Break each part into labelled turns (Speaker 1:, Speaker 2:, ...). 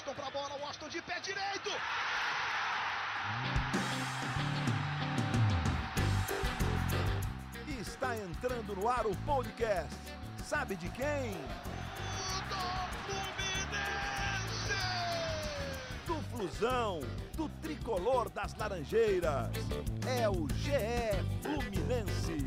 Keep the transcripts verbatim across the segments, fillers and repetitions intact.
Speaker 1: Washington pra bola, Washington de pé direito.
Speaker 2: Está entrando no ar o podcast. Sabe de quem?
Speaker 1: Do Fluminense!
Speaker 2: Do Flusão, do tricolor das Laranjeiras. É o G E Fluminense.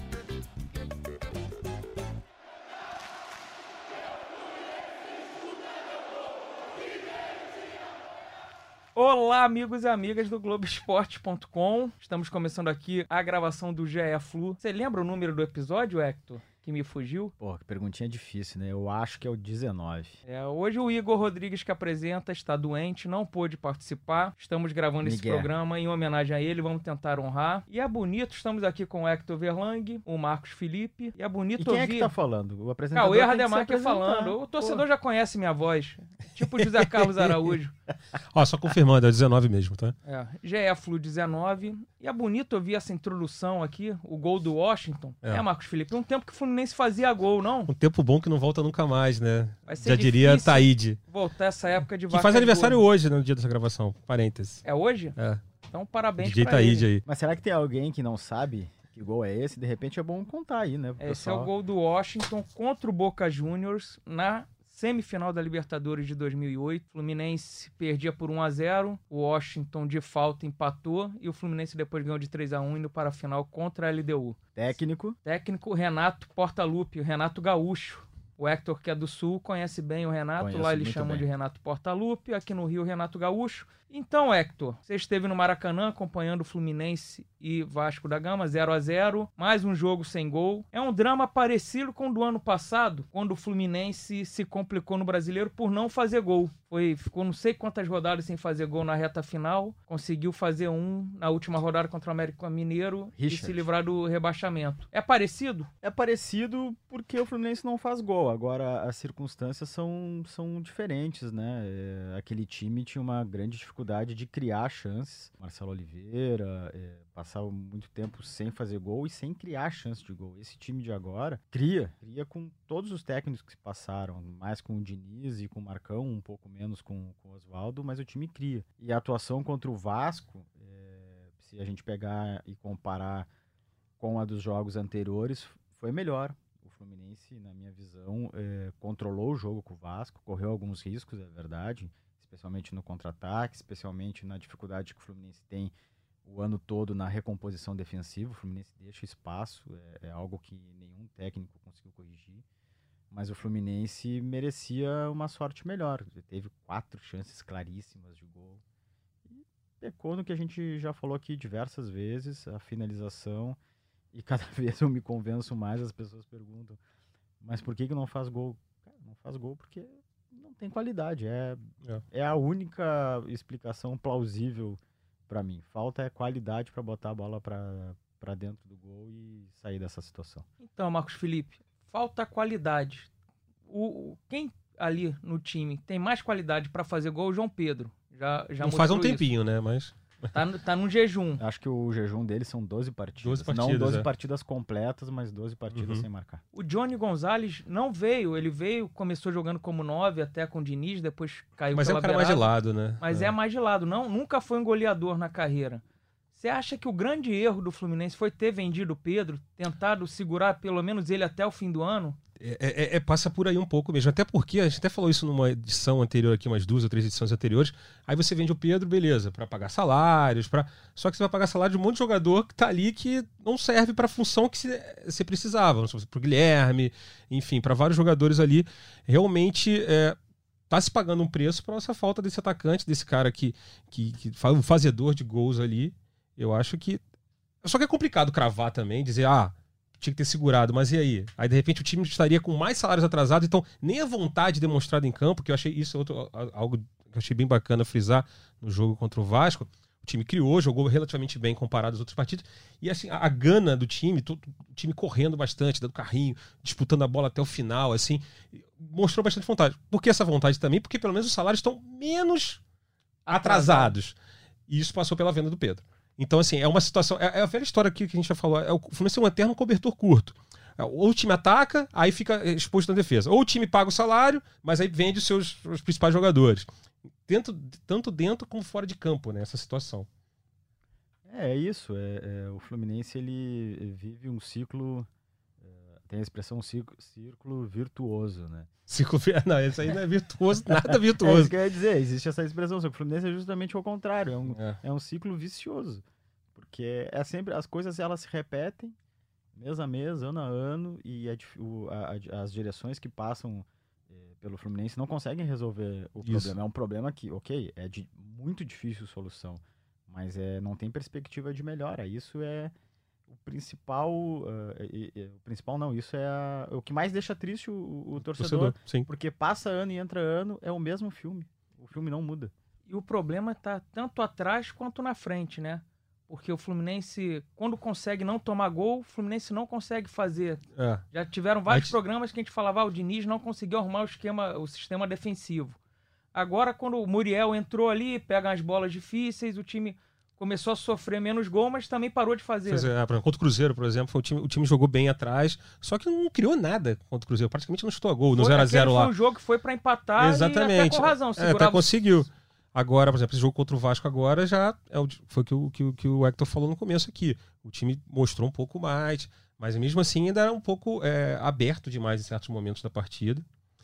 Speaker 3: Olá, amigos e amigas do Globo Esporte ponto com. Estamos começando aqui a gravação do G E Flu. Você lembra o número do episódio, Hector? Que me fugiu?
Speaker 4: Pô, que perguntinha difícil, né? Eu acho que é o dezenove.
Speaker 3: É, hoje o Igor Rodrigues, que apresenta, está doente, não pôde participar. Estamos gravando esse
Speaker 4: Miguel.
Speaker 3: programa em homenagem a ele, vamos tentar honrar. E é bonito, estamos aqui com o Hector Verlang, o Marcos Felipe. E é bonito
Speaker 4: E quem
Speaker 3: ouvir...
Speaker 4: é que tá falando? O apresentador
Speaker 3: Cauê
Speaker 4: tem que se
Speaker 3: Rademacher
Speaker 4: apresentar.
Speaker 3: falando. O torcedor
Speaker 4: Pô.
Speaker 3: já conhece minha voz. Tipo José Carlos Araújo.
Speaker 5: Ó, só confirmando, é dezenove mesmo, tá?
Speaker 3: É, G E Flu dezenove. E é bonito ouvir essa introdução aqui, o gol do Washington. É,
Speaker 5: É.
Speaker 3: Marcos Felipe, um tempo que o Fluminense fazia gol, não?
Speaker 5: Um tempo bom que não volta nunca mais, né?
Speaker 3: Vai ser
Speaker 5: Já diria
Speaker 3: difícil
Speaker 5: Taíde.
Speaker 3: voltar essa época de
Speaker 5: Que
Speaker 3: vaca
Speaker 5: faz
Speaker 3: de
Speaker 5: aniversário
Speaker 3: gol.
Speaker 5: hoje, né, no dia dessa gravação. Parênteses.
Speaker 3: É hoje?
Speaker 5: É.
Speaker 3: Então parabéns
Speaker 5: D J
Speaker 3: pra
Speaker 5: Taíde
Speaker 3: ele.
Speaker 5: aí.
Speaker 4: Mas será que tem alguém que não sabe que gol é esse? De repente é bom contar aí, né? pro
Speaker 3: Esse é o
Speaker 4: pessoal.
Speaker 3: gol do Washington contra o Boca Juniors na semifinal da Libertadores de dois mil e oito. O Fluminense perdia por um a zero, o Washington de falta empatou e o Fluminense depois ganhou de três a um indo para a final contra a L D U.
Speaker 4: Técnico.
Speaker 3: Técnico Renato Portaluppi, o Renato Gaúcho. O Hector, que é do Sul, conhece bem o Renato.
Speaker 4: Conheço
Speaker 3: Lá eles
Speaker 4: muito
Speaker 3: chamam
Speaker 4: bem.
Speaker 3: de Renato Portaluppi. Aqui no Rio, Renato Gaúcho. Então, Hector, você esteve no Maracanã acompanhando o Fluminense e Vasco da Gama, zero a zero. Mais um jogo sem gol. É um drama parecido com o do ano passado, quando o Fluminense se complicou no Brasileiro por não fazer gol. Foi, ficou não sei quantas rodadas sem fazer gol na reta final. Conseguiu fazer um na última rodada contra o América Mineiro e
Speaker 4: Richard.
Speaker 3: se livrar do rebaixamento. É parecido?
Speaker 4: É parecido porque o Fluminense não faz gol. Agora, as circunstâncias são, são diferentes, né? É, aquele time tinha uma grande dificuldade de criar chances. Marcelo Oliveira é, passava muito tempo sem fazer gol e sem criar chance de gol. Esse time de agora cria. Cria com todos os técnicos que se passaram. Mais com o Diniz e com o Marcão, um pouco menos com, com o Oswaldo, mas o time cria. E a atuação contra o Vasco, é, se a gente pegar e comparar com a dos jogos anteriores, foi melhor. O Fluminense, na minha visão, eh, controlou o jogo com o Vasco, correu alguns riscos, é verdade, especialmente no contra-ataque, especialmente na dificuldade que o Fluminense tem o ano todo na recomposição defensiva. O Fluminense deixa espaço, é, é algo que nenhum técnico conseguiu corrigir, mas o Fluminense merecia uma sorte melhor. Ele teve quatro chances claríssimas de gol e pecou no que a gente já falou aqui diversas vezes, a finalização. E cada vez eu me convenço mais, as pessoas perguntam, mas por que que não faz gol? Cara, não faz gol porque não tem qualidade. É,
Speaker 5: É.
Speaker 4: é a única explicação plausível para mim. Falta é qualidade para botar a bola para dentro do gol e sair dessa situação.
Speaker 3: Então, Marcos Felipe, falta qualidade. O, o- quem ali no time tem mais qualidade para fazer gol é o João Pedro. Já, já
Speaker 5: Não faz um
Speaker 3: mostrou isso.
Speaker 5: tempinho, né? Mas.
Speaker 3: Tá, no- tá num jejum.
Speaker 4: Acho que o jejum dele são doze partidas.
Speaker 5: doze
Speaker 4: não
Speaker 5: partidas,
Speaker 4: doze
Speaker 5: é.
Speaker 4: partidas completas, mas doze partidas
Speaker 5: Uhum.
Speaker 4: sem marcar.
Speaker 3: O Johnny Gonzalez não veio. Ele veio, começou jogando como nove, até com o Diniz, depois caiu
Speaker 5: Mas é
Speaker 3: pela
Speaker 5: um cara mais de
Speaker 3: beirada.
Speaker 5: lado, né?
Speaker 3: Mas é. mais de lado. Não, nunca foi um goleador na carreira. Você acha que o grande erro do Fluminense foi ter vendido o Pedro, tentado segurar pelo menos ele até o fim do ano?
Speaker 5: É, é- é- passa por aí um pouco mesmo. Até porque, a gente até falou isso numa edição anterior aqui, umas duas ou três edições anteriores. Aí você vende o Pedro, beleza, pra pagar salários, pra... só que você vai pagar salário de um monte de jogador que tá ali que não serve pra função que você você precisava. Não sei, pro Guilherme, enfim, pra vários jogadores ali. Realmente é, tá se pagando um preço pra essa falta desse atacante, desse cara que, que, que faz o fazedor de gols ali. Eu acho que. Só que é complicado cravar também, dizer, ah, tinha que ter segurado, mas e aí? Aí, de repente, o time estaria com mais salários atrasados, então nem a vontade demonstrada em campo, que eu achei isso outro, algo que eu achei bem bacana frisar no jogo contra o Vasco. O time criou, jogou relativamente bem comparado às outras partidas. E assim, a, a gana do time, todo, o time correndo bastante, dando carrinho, disputando a bola até o final, assim, mostrou bastante vontade. Por que essa vontade também? Porque pelo menos os salários estão menos atrasados. E isso passou pela venda do Pedro. Então, assim, é uma situação... É, é a velha história aqui que a gente já falou. É o Fluminense é um eterno cobertor curto. Ou o time ataca, aí fica exposto na defesa. Ou o time paga o salário, mas aí vende os seus os principais jogadores. dentro, tanto dentro como fora de campo, né? Essa situação.
Speaker 4: É, é isso. É, é, o Fluminense ele vive um ciclo. É, tem a expressão círculo, círculo virtuoso, né?
Speaker 5: Ciclo, não, isso aí não é virtuoso, nada
Speaker 4: É
Speaker 5: virtuoso.
Speaker 4: isso que eu ia dizer. Existe essa expressão. Só que o Fluminense é justamente o contrário. É um,
Speaker 5: É.
Speaker 4: é um ciclo vicioso. Porque é sempre. As coisas elas se repetem mês a mês, ano a ano. E é dif- o- a- a- as direções que passam eh, pelo Fluminense não conseguem resolver o
Speaker 5: Isso.
Speaker 4: problema. É um problema que, ok, é de muito difícil solução. Mas é, não tem perspectiva de melhora. Isso é o principal. ah, e- e- o principal não, isso é a- o que mais deixa triste o, o torcedor,
Speaker 5: Torcedor, sim.
Speaker 4: porque passa ano e entra ano, é o mesmo filme. O filme não muda.
Speaker 3: E o problema tá tanto atrás quanto na frente, né? Porque o Fluminense, quando consegue não tomar gol, o Fluminense não consegue fazer.
Speaker 5: É.
Speaker 3: Já tiveram vários
Speaker 5: Mas-
Speaker 3: programas que a gente falava, ah, o Diniz não conseguiu arrumar o esquema, o sistema defensivo. Agora, quando o Muriel entrou ali, pega as bolas difíceis, o time começou a sofrer menos gol, mas também parou de fazer.
Speaker 5: Quer dizer, ah, por exemplo, contra o Cruzeiro, por exemplo, foi o, time, o time jogou bem atrás, só que não criou nada contra o Cruzeiro. Praticamente não chutou a gol no
Speaker 3: Foi-
Speaker 5: zero a
Speaker 3: aquele
Speaker 5: zero
Speaker 3: foi
Speaker 5: lá.
Speaker 3: um jogo que foi pra empatar
Speaker 5: Exatamente.
Speaker 3: e até com razão.
Speaker 5: É,
Speaker 3: Segurava
Speaker 5: até conseguiu. Agora, por exemplo, esse jogo contra o Vasco agora já é o, foi o que o, que, o- que o Hector falou no começo aqui. O time mostrou um pouco mais, mas mesmo assim ainda era um pouco é, aberto demais em certos momentos da partida.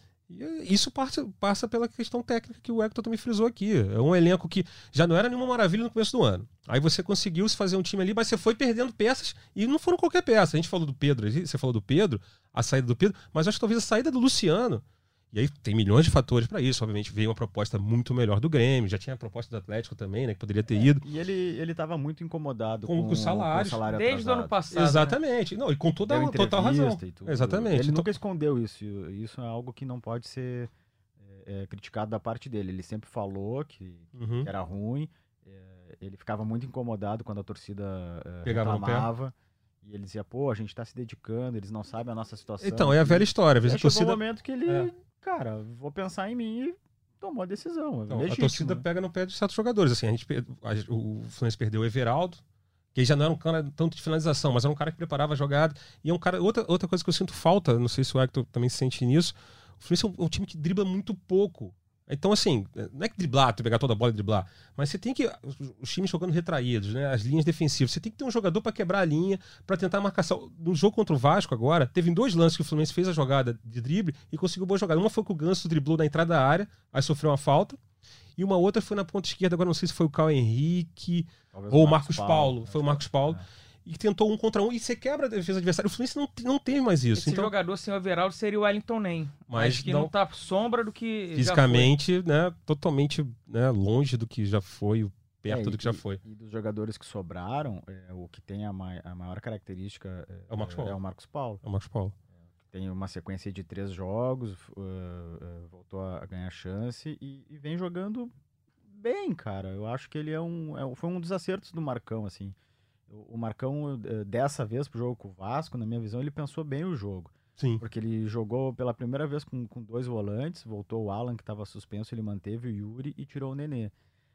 Speaker 5: E é, isso passa, passa pela questão técnica que o Hector também frisou aqui. É um elenco que já não era nenhuma maravilha no começo do ano. Aí você conseguiu se fazer um time ali, mas você foi perdendo peças e não foram qualquer peça. A gente falou do Pedro, você falou do Pedro, a saída do Pedro, mas acho que talvez a saída do Luciano. E aí tem milhões de fatores para isso. Obviamente veio uma proposta muito melhor do Grêmio, já tinha a proposta do Atlético também, né, que poderia ter ido.
Speaker 4: E ele, ele tava muito incomodado
Speaker 5: Com-
Speaker 4: com,
Speaker 5: com os salários.
Speaker 4: com o salário
Speaker 3: desde o
Speaker 4: atrasado.
Speaker 3: ano passado. né?
Speaker 5: Exatamente. Não, e com toda
Speaker 4: Deu
Speaker 5: a total razão.
Speaker 4: entrevista e tudo.
Speaker 5: Exatamente.
Speaker 4: Ele
Speaker 5: Então-
Speaker 4: nunca escondeu isso. e Isso é algo que não pode ser é, é, criticado da parte dele. Ele sempre falou que,
Speaker 5: Uhum.
Speaker 4: que era ruim. é, ele ficava muito incomodado quando a torcida é,
Speaker 5: Pegava no pé.
Speaker 4: reclamava. E ele dizia, pô, a gente tá se dedicando, eles não sabem a nossa situação.
Speaker 5: Então, é a velha história. Às
Speaker 4: Aí
Speaker 5: vezes a
Speaker 4: chegou
Speaker 5: torcida,
Speaker 4: um momento que ele,
Speaker 5: É.
Speaker 4: cara, vou pensar em mim e tomou a decisão. É
Speaker 5: então, a
Speaker 4: legítimo,
Speaker 5: torcida
Speaker 4: né?
Speaker 5: pega no pé de certos jogadores. Assim, a gente, per- a- o Fluminense perdeu o Everaldo, que já não era um cara tanto de finalização, mas era um cara que preparava a jogada. E é um cara. Outra, outra coisa que eu sinto falta, não sei se o Hector também se sente nisso, o Fluminense é um, é um time que dribla muito pouco. Então, assim, não é que driblar, tu pegar toda a bola e driblar, mas você tem que. Os, os times jogando retraídos, né? As linhas defensivas. Você tem que ter um jogador para quebrar a linha, para tentar a marcação. No jogo contra o Vasco, agora, teve dois lances que o Fluminense fez a jogada de drible e conseguiu boa jogada. Uma foi que o Ganso driblou na entrada da área, aí sofreu uma falta. E uma outra foi na ponta esquerda, agora não sei se foi o Caio Henrique
Speaker 4: Talvez
Speaker 5: ou o Marcos Paulo. Foi o
Speaker 4: acho
Speaker 5: Marcos
Speaker 4: que-
Speaker 5: Paulo.
Speaker 4: é.
Speaker 5: E tentou um contra um e você quebra a defesa adversária. O Fluminense não, te- não tem mais isso.
Speaker 3: Esse
Speaker 5: Então,
Speaker 3: jogador sem o Everaldo seria o Wellington Nem.
Speaker 5: Mas
Speaker 3: Mas que
Speaker 5: não-
Speaker 3: não tá sombra do que já
Speaker 5: fisicamente, né, totalmente né, longe do que já foi, perto
Speaker 4: É,
Speaker 5: do
Speaker 4: e-
Speaker 5: que já foi.
Speaker 4: E dos jogadores que sobraram, é, o que tem a, mai- a maior característica é,
Speaker 5: É o Marcos Paulo.
Speaker 4: é o Marcos Paulo.
Speaker 5: É o Marcos Paulo.
Speaker 4: Tem uma sequência de três jogos, uh, uh, voltou a ganhar chance e, e vem jogando bem, cara. Eu acho que ele é um, é um- foi um dos acertos do Marcão, assim. O, o Marcão, uh, dessa vez pro jogo com o Vasco, na minha visão, ele pensou bem o jogo.
Speaker 5: Sim.
Speaker 4: Porque ele jogou pela primeira vez com, com dois volantes, voltou o Alan, que estava suspenso, ele manteve o Yuri e tirou o Nenê.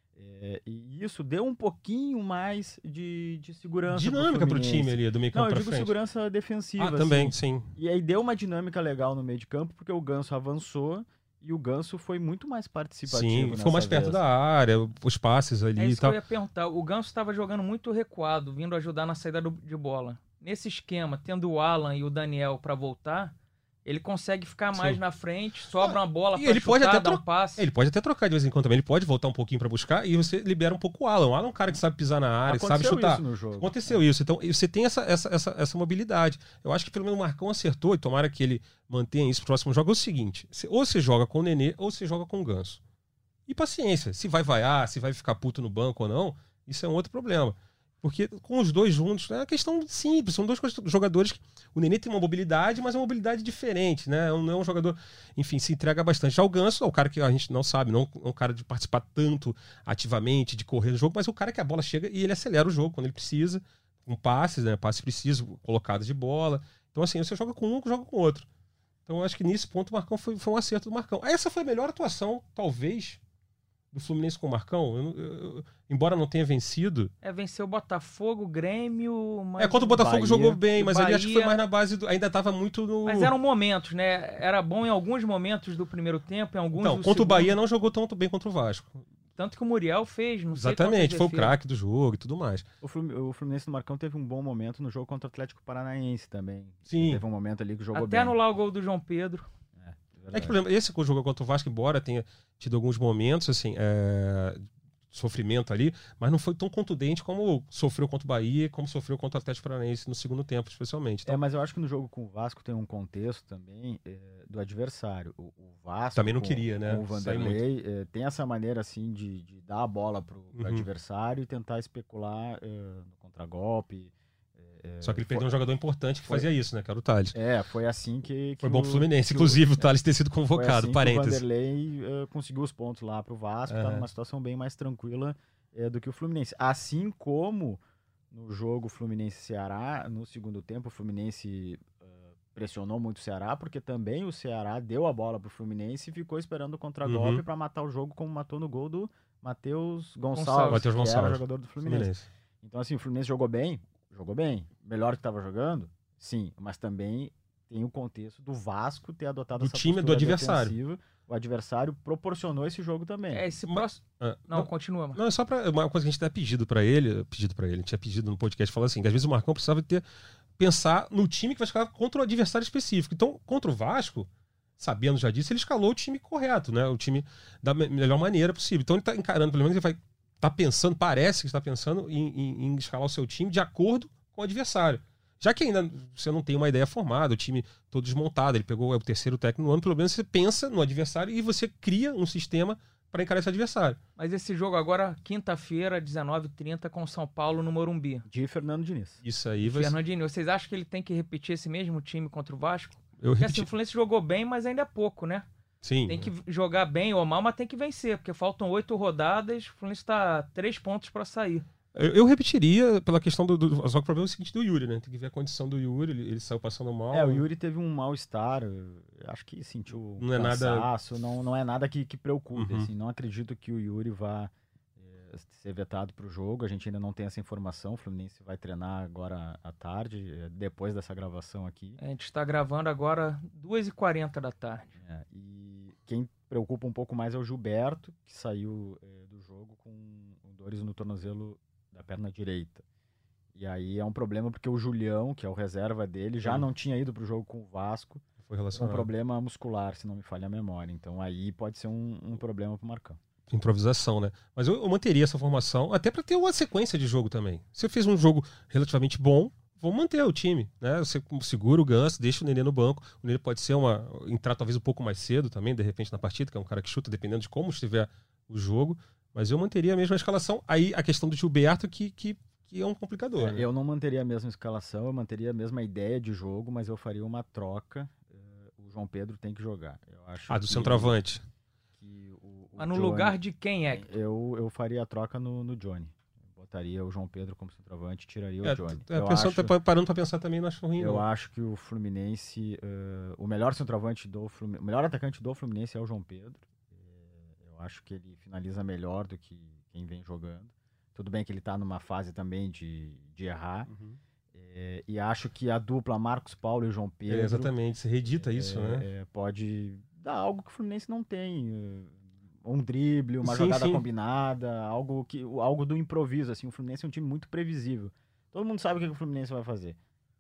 Speaker 4: É, e isso deu um pouquinho mais de, de segurança.
Speaker 5: Dinâmica pro
Speaker 4: Fluminense.
Speaker 5: time ali, do meio
Speaker 4: Não,
Speaker 5: campo
Speaker 4: eu
Speaker 5: pra
Speaker 4: digo
Speaker 5: frente.
Speaker 4: segurança defensiva.
Speaker 5: Ah,
Speaker 4: assim.
Speaker 5: também, sim.
Speaker 4: E aí deu uma dinâmica legal no meio de campo, porque o Ganso avançou e o Ganso foi muito mais participativo.
Speaker 5: Sim,
Speaker 4: nessa
Speaker 5: ficou mais perto
Speaker 4: vez.
Speaker 5: da área, os passes ali
Speaker 3: É
Speaker 5: e
Speaker 3: isso que eu
Speaker 5: tal.
Speaker 3: ia perguntar. O Ganso estava jogando muito recuado, vindo ajudar na saída do- de bola. Nesse esquema, tendo o Alan e o Daniel para voltar, ele consegue ficar mais
Speaker 5: Sim.
Speaker 3: na frente, sobra uma bola
Speaker 5: E
Speaker 3: para
Speaker 5: ele
Speaker 3: chutar,
Speaker 5: pode até
Speaker 3: dar um
Speaker 5: tro-
Speaker 3: passe.
Speaker 5: Ele pode até trocar de vez em quando também, ele pode voltar um pouquinho pra buscar e você libera um pouco o Alan. O Alan é um cara que sabe pisar na área, que sabe
Speaker 4: Aconteceu
Speaker 5: chutar.
Speaker 4: isso no jogo.
Speaker 5: Aconteceu isso. Então, e você tem essa, essa, essa, essa mobilidade. Eu acho que pelo menos o Marcão acertou, e tomara que ele mantenha isso pro próximo jogo. É o seguinte: se- ou você joga com o Nenê, ou você joga com o Ganso. E paciência. Se vai vaiar, se vai ficar puto no banco ou não, isso é um outro problema. Porque com os dois juntos, é uma questão simples. São dois jogadores que. O Nenê tem uma mobilidade, mas é uma mobilidade diferente, né? Não é um jogador, enfim, se entrega bastante. Já o Ganso é o cara que a gente não sabe, não é um cara de participar tanto ativamente, de correr no jogo, mas é o cara que a bola chega e ele acelera o jogo quando ele precisa, com passes, né? Passes precisos, colocadas de bola. Então, assim, você joga com um, joga com o outro. Então, eu acho que nesse ponto o Marcão foi, foi um acerto do Marcão. Essa foi a melhor atuação, talvez, do Fluminense com o Marcão, eu, eu, eu, embora não tenha vencido...
Speaker 3: É, venceu o Botafogo, Grêmio... Mas
Speaker 5: É, contra o Botafogo
Speaker 4: Bahia,
Speaker 5: jogou bem, mas ali
Speaker 3: Bahia,
Speaker 5: acho que foi mais na base, do, ainda tava muito no...
Speaker 3: Mas eram momentos, né? Era bom em alguns momentos do primeiro tempo, em alguns
Speaker 5: Não,
Speaker 3: do
Speaker 5: contra o
Speaker 3: segundo.
Speaker 5: Bahia não jogou tão bem contra o Vasco.
Speaker 3: Tanto que o Muriel fez, não sei
Speaker 5: Exatamente,
Speaker 3: quantas
Speaker 5: foi o
Speaker 3: defesas.
Speaker 5: craque do jogo e tudo mais.
Speaker 4: O Flum- o Fluminense do Marcão teve um bom momento no jogo contra o Atlético Paranaense também.
Speaker 5: Sim.
Speaker 4: Teve um momento ali que jogou
Speaker 3: Até
Speaker 4: bem.
Speaker 3: anular o gol do João Pedro.
Speaker 5: É que, por exemplo, esse jogo contra o Vasco, embora tenha tido alguns momentos, assim, é, sofrimento ali, mas não foi tão contundente como sofreu contra o Bahia, como sofreu contra o Atlético Paranaense no segundo tempo, especialmente. Então,
Speaker 4: É, mas eu acho que no jogo com o Vasco tem um contexto também é, do adversário. O, o Vasco
Speaker 5: Também não
Speaker 4: com,
Speaker 5: queria, né?
Speaker 4: com o
Speaker 5: Sai
Speaker 4: Vanderlei é, tem essa maneira assim de, de dar a bola pro, pro
Speaker 5: Uhum.
Speaker 4: adversário e tentar especular é, no contragolpe. É,
Speaker 5: só que ele
Speaker 4: foi-
Speaker 5: perdeu um jogador importante que
Speaker 4: foi-
Speaker 5: fazia isso, né? Que era o Thales.
Speaker 4: É, foi assim que... que
Speaker 5: Foi bom pro
Speaker 4: o-
Speaker 5: Fluminense,
Speaker 4: que o-
Speaker 5: inclusive, o Thales ter sido
Speaker 4: Foi
Speaker 5: convocado,
Speaker 4: assim que
Speaker 5: parênteses.
Speaker 4: o Vanderlei eh, conseguiu os pontos lá pro Vasco, tá
Speaker 5: Aham.
Speaker 4: numa situação bem mais tranquila eh, do que o Fluminense. Assim como no jogo Fluminense-Ceará, no segundo tempo o Fluminense eh, pressionou muito o Ceará, porque também o Ceará deu a bola pro Fluminense e ficou esperando o contragolpe
Speaker 5: Uhum.
Speaker 4: para matar o jogo, como matou no gol do Matheus
Speaker 3: Gonçalves.
Speaker 4: Gonçalves,
Speaker 5: Matheus
Speaker 4: que era
Speaker 5: Gonçalves.
Speaker 4: o jogador do Fluminense.
Speaker 5: Fluminense.
Speaker 4: Então assim, o Fluminense jogou bem, jogou bem, melhor que estava jogando, sim, mas também tem o contexto do Vasco ter adotado
Speaker 5: Do
Speaker 4: essa
Speaker 5: time, do
Speaker 4: postura
Speaker 5: adversário.
Speaker 4: defensiva. O adversário proporcionou esse jogo também.
Speaker 3: É, esse
Speaker 5: Ma-
Speaker 3: próximo...
Speaker 5: Ah,
Speaker 3: Não, continua, Marcos.
Speaker 5: Não, é só pra. Uma coisa que a gente tinha pedido pra ele, pedido pra ele, a gente tinha pedido no podcast, falou assim, que às vezes o Marcão precisava ter, pensar no time que vai escalar contra o adversário específico. Então, contra o Vasco, sabendo já disso, ele escalou o time correto, né? O time da me- melhor maneira possível. Então ele tá encarando, pelo menos ele vai tá pensando, parece que está pensando em, em- em escalar o seu time de acordo com o adversário. Já que ainda você não tem uma ideia formada, o time todo desmontado, ele pegou é o terceiro técnico no ano, pelo menos você pensa no adversário e você cria um sistema para encarar esse adversário.
Speaker 3: Mas esse jogo agora, quinta-feira, dezenove e trinta, com São Paulo no Morumbi.
Speaker 4: De Fernando Diniz.
Speaker 5: Isso aí vai ser.
Speaker 3: Fernandinho, vocês acham que ele tem que repetir esse mesmo time contra o Vasco?
Speaker 5: Eu
Speaker 3: Porque
Speaker 5: repeti.
Speaker 3: assim, o Fluminense jogou bem, mas ainda é pouco, né?
Speaker 5: Sim.
Speaker 3: Tem que jogar bem ou mal, mas tem que vencer, porque faltam oito rodadas, o Fluminense está três pontos para sair.
Speaker 5: Eu, eu repetiria pela questão do, do. Só que o problema é o seguinte do Yuri, né? Tem que ver a condição do Yuri, ele, ele saiu passando mal.
Speaker 4: É, o Yuri teve um mal-estar, eu acho que sentiu
Speaker 5: Não é nada-
Speaker 4: cansaço, não, não é nada que, que preocupe,
Speaker 5: Uhum.
Speaker 4: assim, não acredito que o Yuri vá eh, ser vetado para o jogo, a gente ainda não tem essa informação, o Fluminense vai treinar agora à tarde, eh, depois dessa gravação aqui,
Speaker 3: A gente está gravando agora duas e quarenta da tarde.
Speaker 4: é, e quem preocupa um pouco mais é o Gilberto, que saiu eh, do jogo com dores no tornozelo da perna direita. E aí é um problema porque o Julião, que é o reserva dele, já
Speaker 5: Sim.
Speaker 4: não tinha ido pro jogo com o Vasco,
Speaker 5: Foi
Speaker 4: um
Speaker 5: relacionado.
Speaker 4: problema muscular, se não me falha a memória. Então aí pode ser um, um problema pro Marcão.
Speaker 5: Improvisação, né? Mas eu, eu manteria essa formação, até para ter uma sequência de jogo também. Você fez um jogo relativamente bom, vamos manter o time, né? Você segura o Ganso, deixa o Nenê no banco. O Nenê pode ser uma. Entrar talvez um pouco mais cedo também, de repente, na partida, que é um cara que chuta, dependendo de como estiver o jogo. Mas eu manteria a mesma escalação. Aí a questão do Gilberto, que, que, que é um complicador.
Speaker 4: É,
Speaker 5: né?
Speaker 4: eu não manteria a mesma escalação, eu manteria a mesma ideia de jogo, mas eu faria uma troca. Eh, o João Pedro tem que jogar. Eu acho
Speaker 5: Ah, do
Speaker 4: que-
Speaker 5: centroavante.
Speaker 4: que o- o
Speaker 3: Mas no
Speaker 4: Johnny-
Speaker 3: lugar de quem é?
Speaker 4: Eu, eu faria a troca no, no Johnny. Eu botaria o João Pedro como centroavante e tiraria
Speaker 5: É,
Speaker 4: o Johnny.
Speaker 5: é,
Speaker 4: eu
Speaker 5: pensando,
Speaker 4: acho,
Speaker 5: tá parando para pensar também, não acho ruim.
Speaker 4: eu
Speaker 5: não.
Speaker 4: acho que o Fluminense, eh, o melhor centroavante do Fluminense, o melhor atacante do Fluminense é o João Pedro. Eh, eu acho que ele finaliza melhor do que quem vem jogando. Tudo bem que ele está numa fase também de, de errar.
Speaker 5: Uhum.
Speaker 4: Eh, e acho que a dupla Marcos Paulo e João Pedro
Speaker 5: É, exatamente, você redita isso,
Speaker 4: é,
Speaker 5: né?
Speaker 4: é, pode dar algo que o Fluminense não tem. eh, Um drible, uma
Speaker 5: Sim,
Speaker 4: jogada
Speaker 5: sim.
Speaker 4: combinada, algo, que, algo do improviso. Assim, o Fluminense é um time muito previsível. Todo mundo sabe o que o Fluminense vai fazer.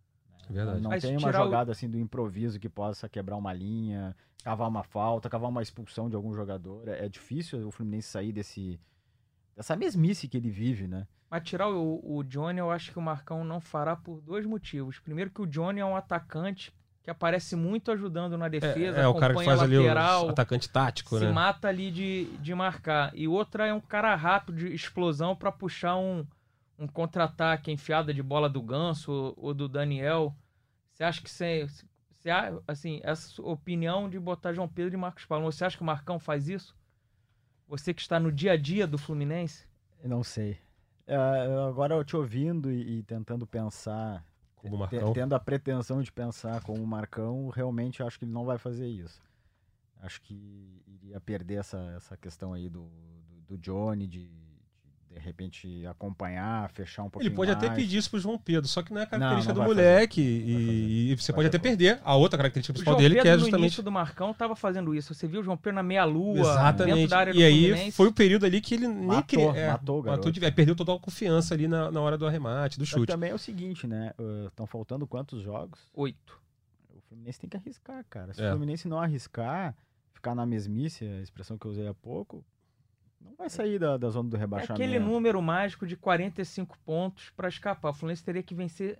Speaker 5: É verdade.
Speaker 4: Não
Speaker 3: Mas
Speaker 4: tem uma
Speaker 3: tirar o-
Speaker 4: jogada assim do improviso que possa quebrar uma linha, cavar uma falta, cavar uma expulsão de algum jogador. É, é difícil o Fluminense sair desse, dessa mesmice que ele vive, né?
Speaker 3: Mas tirar o, o Johnny, eu acho que o Marcão não fará por dois motivos. Primeiro que o Johnny é um atacante que aparece muito ajudando na defesa,
Speaker 5: É, é o cara que
Speaker 3: acompanha
Speaker 5: faz ali
Speaker 3: lateral,
Speaker 5: o atacante tático,
Speaker 3: se
Speaker 5: né?
Speaker 3: mata ali de, de marcar. E outra é um cara rápido de explosão para puxar um, um contra-ataque, enfiada de bola do Ganso ou, ou do Daniel. Você acha que você, você, assim, essa sua opinião de botar João Pedro e Marcos Paulo, você acha que o Marcão faz isso? Você que está no dia a dia do Fluminense?
Speaker 4: Eu não sei. É, agora eu te ouvindo e, e tentando pensar,
Speaker 5: Como o
Speaker 4: te-
Speaker 5: Marcão.
Speaker 4: tendo a pretensão de pensar como o Marcão, realmente acho que ele não vai fazer isso. Acho que iria perder essa, essa questão aí do, do- do Johnny, de, de de repente acompanhar, fechar um pouquinho
Speaker 5: Ele pode
Speaker 4: mais.
Speaker 5: até pedir isso pro João Pedro, só que não é a característica
Speaker 4: Não, não
Speaker 5: do
Speaker 4: vai
Speaker 5: moleque.
Speaker 4: fazer.
Speaker 5: E, e você
Speaker 4: Vai
Speaker 5: pode
Speaker 4: fazer
Speaker 5: até
Speaker 4: coisa.
Speaker 5: perder a outra característica
Speaker 3: O
Speaker 5: principal
Speaker 3: João
Speaker 5: dele,
Speaker 3: Pedro,
Speaker 5: que é
Speaker 3: no
Speaker 5: justamente.
Speaker 3: início do Marcão, tava fazendo isso. Você viu o João Pedro na meia-lua, dentro
Speaker 5: Exatamente.
Speaker 3: da área do
Speaker 5: E aí
Speaker 3: Fluminense.
Speaker 5: foi o período ali que ele nem
Speaker 4: Matou,
Speaker 5: queria. é,
Speaker 4: matou o garoto.
Speaker 5: de- é, perdeu total confiança ali na, na hora do arremate, do
Speaker 4: Só que
Speaker 5: chute.
Speaker 4: também é o seguinte, né? Estão faltando quantos jogos?
Speaker 3: Oito.
Speaker 4: O Fluminense tem que arriscar, cara. Se
Speaker 5: É.
Speaker 4: o Fluminense não arriscar, ficar na mesmice, a expressão que eu usei há pouco, não vai sair da, da zona do
Speaker 3: É
Speaker 4: rebaixamento.
Speaker 3: aquele número mágico de quarenta e cinco pontos para escapar. O Fluminense teria que vencer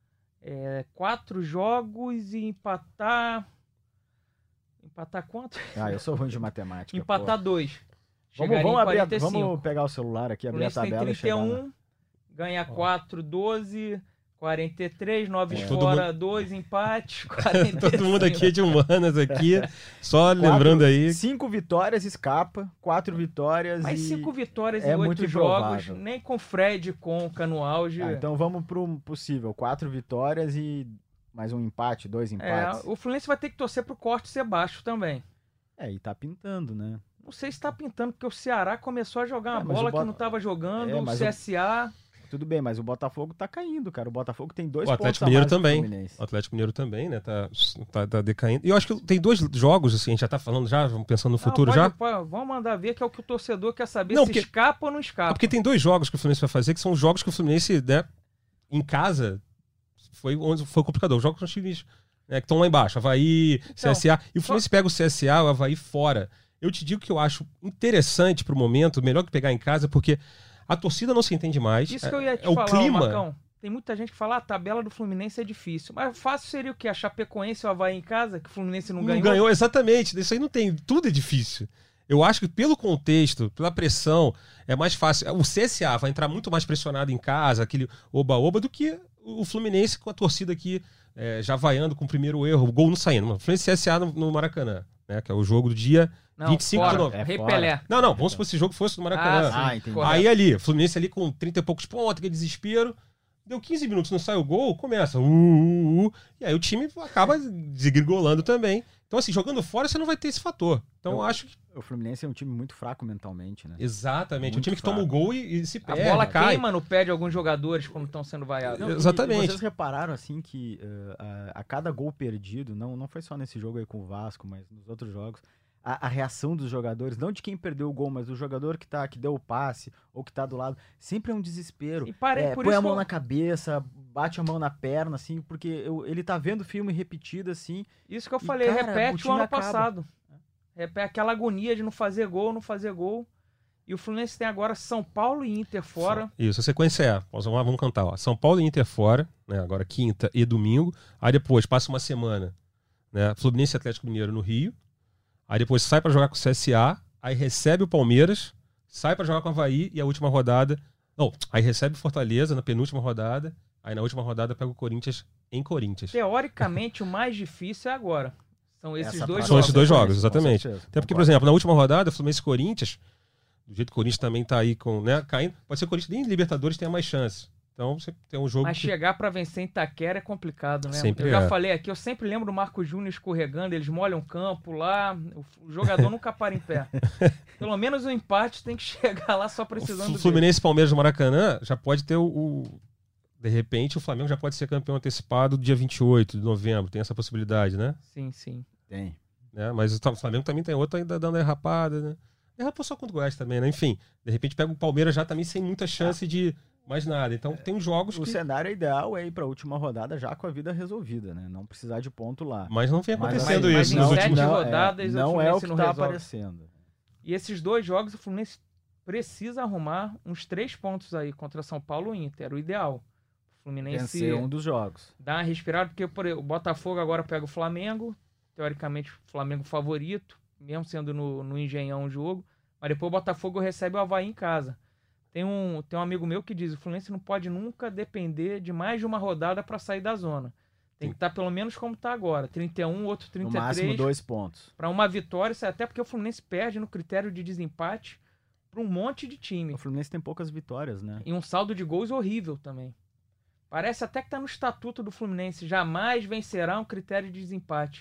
Speaker 3: é, quatro jogos e empatar. Empatar quanto?
Speaker 4: Ah, eu sou ruim de matemática.
Speaker 3: Empatar
Speaker 4: pô.
Speaker 3: dois.
Speaker 4: Vamos,
Speaker 3: Chegaria
Speaker 4: vamos,
Speaker 3: em
Speaker 4: abrir, a-
Speaker 3: quarenta e cinco.
Speaker 4: vamos pegar o celular aqui,
Speaker 3: O
Speaker 4: abrir a
Speaker 3: Fluminense tem
Speaker 4: tabela e chegar lá.
Speaker 3: trinta e um, ganha quatro, doze, quarenta e três, nove
Speaker 4: É.
Speaker 5: Todo
Speaker 3: fora, dois empates, quarenta e cinco.
Speaker 5: Todo mundo aqui é de humanas aqui. Só
Speaker 4: Quatro-
Speaker 5: lembrando aí.
Speaker 4: Cinco vitórias escapa, quatro vitórias
Speaker 3: Mas
Speaker 4: e...
Speaker 3: cinco vitórias
Speaker 4: é
Speaker 3: em
Speaker 4: muito
Speaker 3: oito jogos,
Speaker 4: improvável.
Speaker 3: nem com Fred Conca no auge.
Speaker 4: Ah, então vamos pro possível. Quatro vitórias e mais um empate, dois
Speaker 3: é,
Speaker 4: empates.
Speaker 3: o Fluminense vai ter que torcer pro corte ser baixo também.
Speaker 4: É, e tá pintando, né?
Speaker 3: Não sei se tá pintando, porque o Ceará começou a jogar uma
Speaker 4: É, mas
Speaker 3: bola
Speaker 4: o
Speaker 3: que
Speaker 4: Bota-
Speaker 3: não tava jogando,
Speaker 4: É,
Speaker 3: o
Speaker 4: mas o-
Speaker 3: C S A...
Speaker 4: Tudo bem, mas o Botafogo tá caindo, cara. O Botafogo tem dois
Speaker 5: O
Speaker 4: pontos
Speaker 5: Atlético
Speaker 4: a
Speaker 5: Mineiro
Speaker 4: mais que o
Speaker 5: também.
Speaker 4: Fluminense.
Speaker 5: O Atlético Mineiro também, né? Tá, tá, tá decaindo. E eu acho que tem dois jogos, assim, a gente já tá falando já, vamos pensando no futuro
Speaker 3: Não,
Speaker 5: já.
Speaker 3: pode- pode- vamos mandar ver, que é o que o torcedor quer saber,
Speaker 5: Não,
Speaker 3: se
Speaker 5: porque-
Speaker 3: escapa ou não
Speaker 5: É
Speaker 3: escapa.
Speaker 5: porque tem dois jogos que o Fluminense vai fazer, que são jogos que o Fluminense, né, em casa, foi onde foi complicador. Os jogos com os times, né, que estão lá embaixo, Avaí, C S A. E o Fluminense pega o C S A, o Avaí fora. Eu te digo que eu acho interessante pro momento, melhor que pegar em casa, porque a torcida não se entende mais.
Speaker 3: Isso
Speaker 5: é,
Speaker 3: que eu ia te
Speaker 5: é o
Speaker 3: falar, ô,
Speaker 5: clima.
Speaker 3: Marcão. Tem muita gente que fala, ah, a tabela do Fluminense é difícil. Mas fácil seria o quê? A Chapecoense ou o Avaí em casa, que o Fluminense não,
Speaker 5: Não
Speaker 3: ganhou?
Speaker 5: ganhou, exatamente. Isso aí não tem. Tudo é difícil. Eu acho que pelo contexto, pela pressão, é mais fácil. O C S A vai entrar muito mais pressionado em casa, aquele oba-oba, do que o Fluminense com a torcida aqui é, já vaiando com o primeiro erro, o gol não saindo. O Fluminense C S A no, no Maracanã, né? Que é o jogo do dia
Speaker 3: Não,
Speaker 5: vinte e cinco de
Speaker 3: fora.
Speaker 5: novembro.
Speaker 4: É
Speaker 3: Rei
Speaker 4: fora.
Speaker 3: Pelé.
Speaker 5: Não, não, vamos supor que esse jogo fosse no Maracanã.
Speaker 3: sim,
Speaker 4: Ah, entendi.
Speaker 3: correto.
Speaker 5: Aí ali, o Fluminense ali com trinta e poucos pontos, que desespero. Deu quinze minutos, não sai o gol, começa. Uh, uh, uh, e aí o time acaba desgringolando também. Então, assim, jogando fora, você não vai ter esse fator. Então, eu
Speaker 4: Eu-
Speaker 5: acho que.
Speaker 4: O Fluminense é um time muito fraco mentalmente, né?
Speaker 5: Exatamente.
Speaker 4: Muito
Speaker 5: um time que toma o
Speaker 4: fraco.
Speaker 5: gol e, e se
Speaker 3: A
Speaker 5: perde.
Speaker 3: bola
Speaker 5: cai.
Speaker 3: queima no pé de alguns jogadores quando estão sendo vaiados.
Speaker 4: Não, e-
Speaker 5: Exatamente.
Speaker 4: E vocês repararam, assim, que uh, a, a cada gol perdido, não, não foi só nesse jogo aí com o Vasco, mas nos outros jogos, a, a reação dos jogadores, não de quem perdeu o gol, mas do jogador que, tá, que deu o passe ou que tá do lado, sempre é um desespero.
Speaker 3: E parei,
Speaker 4: É,
Speaker 3: por
Speaker 4: põe
Speaker 3: isso
Speaker 4: a mão
Speaker 3: que eu-
Speaker 4: na cabeça, bate a mão na perna, assim, porque eu- ele tá vendo o filme repetido, assim.
Speaker 3: Isso que eu
Speaker 4: E,
Speaker 3: falei,
Speaker 4: cara, o
Speaker 3: repete o,
Speaker 4: time
Speaker 3: ano
Speaker 4: acaba.
Speaker 3: passado. Repete aquela agonia de não fazer gol, não fazer gol. E o Fluminense tem agora São Paulo e Inter fora.
Speaker 5: Isso, a sequência é. Vamos, lá, vamos cantar. Ó. São Paulo e Inter fora, né? Agora quinta e domingo. Aí depois passa uma semana, né? Fluminense e Atlético Mineiro no Rio. Aí depois sai pra jogar com o C S A. Aí recebe o Palmeiras. Sai pra jogar com o Avaí. E a última rodada. Não, aí recebe o Fortaleza na penúltima rodada. Aí na última rodada pega o Corinthians em Corinthians.
Speaker 3: Teoricamente, o mais difícil é agora. São esses
Speaker 4: Essa
Speaker 3: dois
Speaker 4: pra-
Speaker 5: São
Speaker 3: jogos.
Speaker 5: esses dois jogos,
Speaker 4: Com
Speaker 5: exatamente.
Speaker 4: certeza,
Speaker 5: Até porque, por
Speaker 4: concordo.
Speaker 5: exemplo, na última rodada, Fluminense e Corinthians, do jeito que o Corinthians também tá aí com, né, caindo, pode ser que o Corinthians nem em Libertadores tenha mais chance. Então você tem um jogo
Speaker 3: Mas
Speaker 5: que...
Speaker 3: chegar pra vencer em Itaquera é complicado, né?
Speaker 5: Sempre
Speaker 3: eu já
Speaker 5: é.
Speaker 3: falei aqui, eu sempre lembro do Marco Júnior escorregando, eles molham o campo lá, o o jogador nunca para em pé. Pelo menos o empate tem que chegar lá só precisando
Speaker 5: O
Speaker 3: dele.
Speaker 5: Fluminense e Palmeiras no Maracanã já pode ter o, o- de repente o Flamengo já pode ser campeão antecipado dia vinte e oito de novembro, tem essa possibilidade, né?
Speaker 3: Sim, sim.
Speaker 4: Tem.
Speaker 5: né? Mas o Flamengo também tem outro ainda dando derrapada, né? Derrapou só contra o Goiás também, né? Enfim, de repente pega o Palmeiras já também sem muita chance de mais nada. Então tem uns jogos
Speaker 4: O
Speaker 5: que...
Speaker 4: cenário ideal é ir pra última rodada já com a vida resolvida, né? Não precisar de ponto lá.
Speaker 5: Mas não vem
Speaker 4: Mas-
Speaker 5: acontecendo
Speaker 3: mas- mas
Speaker 5: isso
Speaker 3: em
Speaker 5: nos
Speaker 3: sete
Speaker 5: últimos...
Speaker 4: não,
Speaker 3: rodadas,
Speaker 4: é,
Speaker 3: o
Speaker 4: não é o
Speaker 3: Fluminense
Speaker 4: que
Speaker 3: não
Speaker 4: tá
Speaker 3: resolve.
Speaker 4: aparecendo.
Speaker 3: E esses dois jogos, o Fluminense precisa arrumar uns três pontos aí contra São Paulo e Inter, o ideal. O Fluminense
Speaker 4: Vencer um dos jogos.
Speaker 3: dá uma respirada, porque por exemplo, o Botafogo agora pega o Flamengo, teoricamente o Flamengo favorito, mesmo sendo no, no Engenhão o jogo, mas depois o Botafogo recebe o Avaí em casa. Tem um, tem um amigo meu que diz, o Fluminense não pode nunca depender de mais de uma rodada para sair da zona. Tem que estar pelo menos como está agora, trinta e um, outro
Speaker 4: No
Speaker 3: trinta e
Speaker 4: máximo
Speaker 3: três,
Speaker 4: dois pontos.
Speaker 3: para uma vitória, isso é até porque o Fluminense perde no critério de desempate para um monte de time.
Speaker 4: O Fluminense tem poucas vitórias, né?
Speaker 3: E um saldo de gols horrível também. Parece até que tá no estatuto do Fluminense. Jamais vencerá um critério de desempate.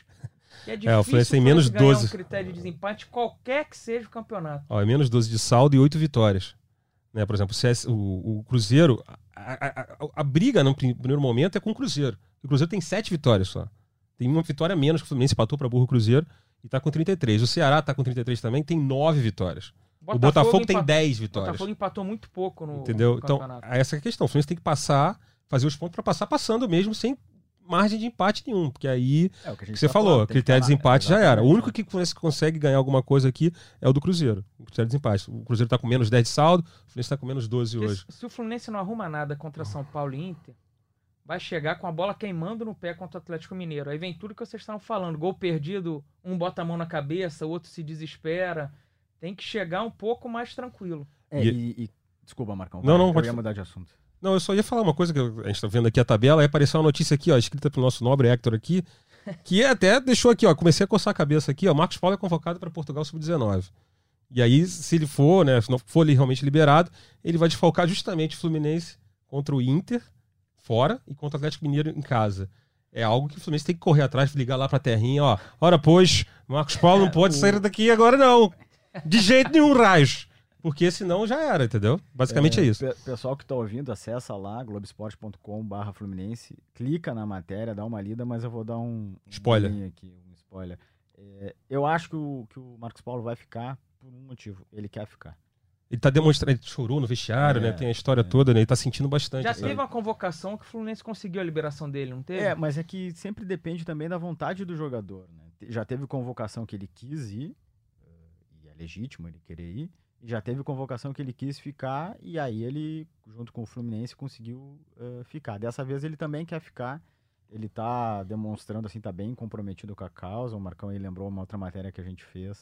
Speaker 3: Que é
Speaker 5: É, o
Speaker 3: difícil
Speaker 5: Fluminense tem
Speaker 3: o
Speaker 5: menos
Speaker 3: Fluminense ganhar
Speaker 5: doze.
Speaker 3: um critério de desempate, qualquer que seja o campeonato.
Speaker 5: Ó, é menos doze de saldo e oito vitórias. Né? Por exemplo, o, C S, o, o Cruzeiro, a, a, a, a briga no prim- primeiro momento é com o Cruzeiro. O Cruzeiro tem sete vitórias só. Tem uma vitória a menos que o Fluminense empatou para burro Cruzeiro e tá com trinta e três. O Ceará tá com trinta e três também, tem nove vitórias. O Botafogo tem
Speaker 3: empatou-
Speaker 5: dez
Speaker 3: O
Speaker 5: vitórias.
Speaker 3: Botafogo empatou muito pouco no,
Speaker 5: Entendeu?
Speaker 3: no
Speaker 5: Então,
Speaker 3: campeonato.
Speaker 5: essa é a questão. O Fluminense tem que passar, fazer os pontos para passar passando mesmo, sem margem de empate nenhum. Porque aí,
Speaker 4: É o que a gente
Speaker 5: que você
Speaker 4: tá
Speaker 5: falou,
Speaker 4: falando, tem que
Speaker 5: critério de
Speaker 4: falar-
Speaker 5: desempate já era. O
Speaker 4: exatamente,
Speaker 5: único
Speaker 4: né?
Speaker 5: que o Fluminense consegue ganhar alguma coisa aqui é o do Cruzeiro. O critério de desempate. O Cruzeiro tá com menos dez de saldo, o Fluminense tá com menos doze
Speaker 3: Porque
Speaker 5: hoje.
Speaker 3: se, se o Fluminense não arruma nada contra São Paulo e Inter, vai chegar com a bola queimando no pé contra o Atlético Mineiro. Aí vem tudo que vocês estavam falando. Gol perdido, um bota a mão na cabeça, o outro se desespera. Tem que chegar um pouco mais tranquilo.
Speaker 4: É,
Speaker 5: E-
Speaker 4: e, e- Desculpa, Marcão.
Speaker 5: Não,
Speaker 4: vai,
Speaker 5: não,
Speaker 4: eu
Speaker 5: pode
Speaker 4: ia
Speaker 5: fa-
Speaker 4: mudar de assunto.
Speaker 5: Não, eu só ia falar uma coisa que eu- a gente tá vendo aqui a tabela, aí apareceu uma notícia aqui, ó, escrita pelo nosso nobre Hector aqui, que até deixou aqui, ó, comecei a coçar a cabeça aqui, ó, Marcos Paulo é convocado para Portugal sub dezenove. E aí, se ele for, né, se não for ali realmente liberado, ele vai desfalcar justamente o Fluminense contra o Inter, fora, e contra o Atlético Mineiro em casa. É algo que o Fluminense tem que correr atrás, ligar lá pra terrinha, ó. Ora, pois, Marcos Paulo não pode sair daqui agora, não. De jeito nenhum, raios. Porque senão já era, entendeu? Basicamente é, isso.
Speaker 4: Pe- Pessoal que tá ouvindo, acessa lá, globesport ponto com barra Fluminense, clica na matéria, dá uma lida, mas eu vou dar um... um
Speaker 5: Spoiler.
Speaker 4: bolinho aqui, um spoiler. É, eu acho que o, que o Marcos Paulo vai ficar por um motivo. Ele quer ficar.
Speaker 5: Ele tá demonstrando, ele chorou no vestiário,
Speaker 4: É,
Speaker 5: né? Tem a história
Speaker 4: é.
Speaker 5: toda, né? Ele tá sentindo bastante.
Speaker 3: Já
Speaker 5: essa-
Speaker 3: teve uma convocação que o Fluminense conseguiu a liberação dele, não teve?
Speaker 4: É, mas é que sempre depende também da vontade do jogador, né? Te- Já teve convocação que ele quis ir, eh, e é legítimo ele querer ir, e já teve convocação que ele quis ficar, e aí ele, junto com o Fluminense, conseguiu eh, ficar. Dessa vez ele também quer ficar, ele tá demonstrando, assim, tá bem comprometido com a causa. O Marcão aí lembrou uma outra matéria que a gente fez.